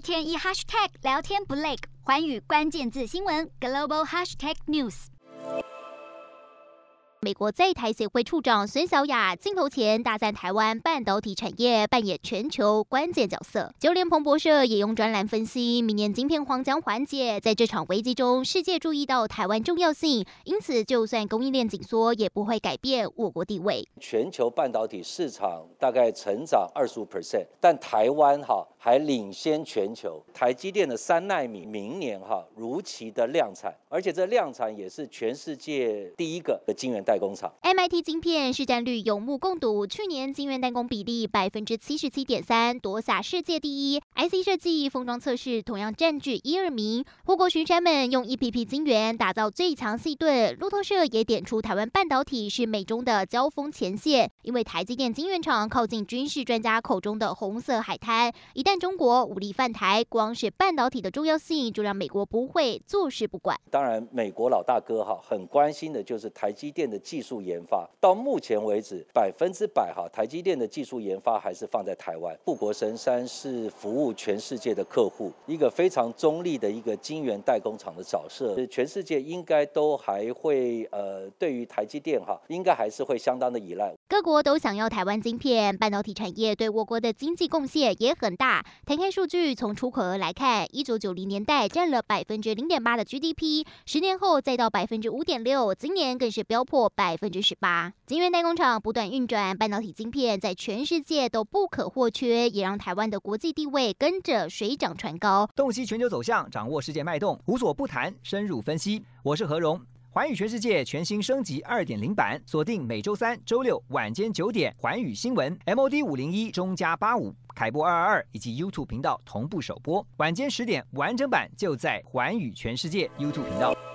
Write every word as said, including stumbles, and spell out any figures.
天一 hashtag 聊天不累，寰宇关键字新闻 global hashtag news。 美国在台协会处长孙小雅镜头前大赞台湾半导体产业扮演全球关键角色，就连彭博社也用专栏分析，明年晶片荒将缓解，在这场危机中，世界注意到台湾重要性，因此就算供应链紧缩，也不会改变我国地位。 全球半导体市场大概成长 百分之二十五， 但台湾哈还领先全球。台积电的三奈米明年哈如期的量产，而且这量产也是全世界第一个的晶圆代工厂。 M I T 晶片市占率有目共睹，去年晶圆代工比例百分之七十七点三，夺下世界第一。I C 设计、封装测试同样占据一二名。护国群山们用一批批晶圆打造最强细盾。路透社也点出，台湾半导体是美中的交锋前线，因为台积电晶圆厂靠近军事专家口中的红色海滩，一旦中国武力犯台，光是半导体的重要性就让美国不会坐视不管。 当然，美国老大哥哈很关心的就是台积电的技术研发。到目前为止，百分之百哈台积电的技术研发还是放在台湾。护国神山是服务全世界的客户，一个非常中立的一个晶圆代工厂的角色，全世界应该都还会呃对于台积电哈应该还是会相当的依赖。 各国都想要台湾晶片，半导体产业对我国的经济贡献也很大。摊开数据，从出口额来看，一九九零年代占了百分之零点八的 G D P， 十年后再到百分之五点六，今年更是飙破百分之十八。晶圆代工厂不断运转，半导体晶片在全世界都不可或缺，也让台湾的国际地位跟着水涨船高。 洞悉全球走向，掌握世界脉动，无所不谈，深入分析。我是何荣。寰宇全世界全新升级 二点零 版，锁定每周三、周六晚间九点，寰宇新闻 M O D 五零一中加八五凯播二二二以及 YouTube 频道同步首播，晚间十点完整版就在寰宇全世界 YouTube 频道。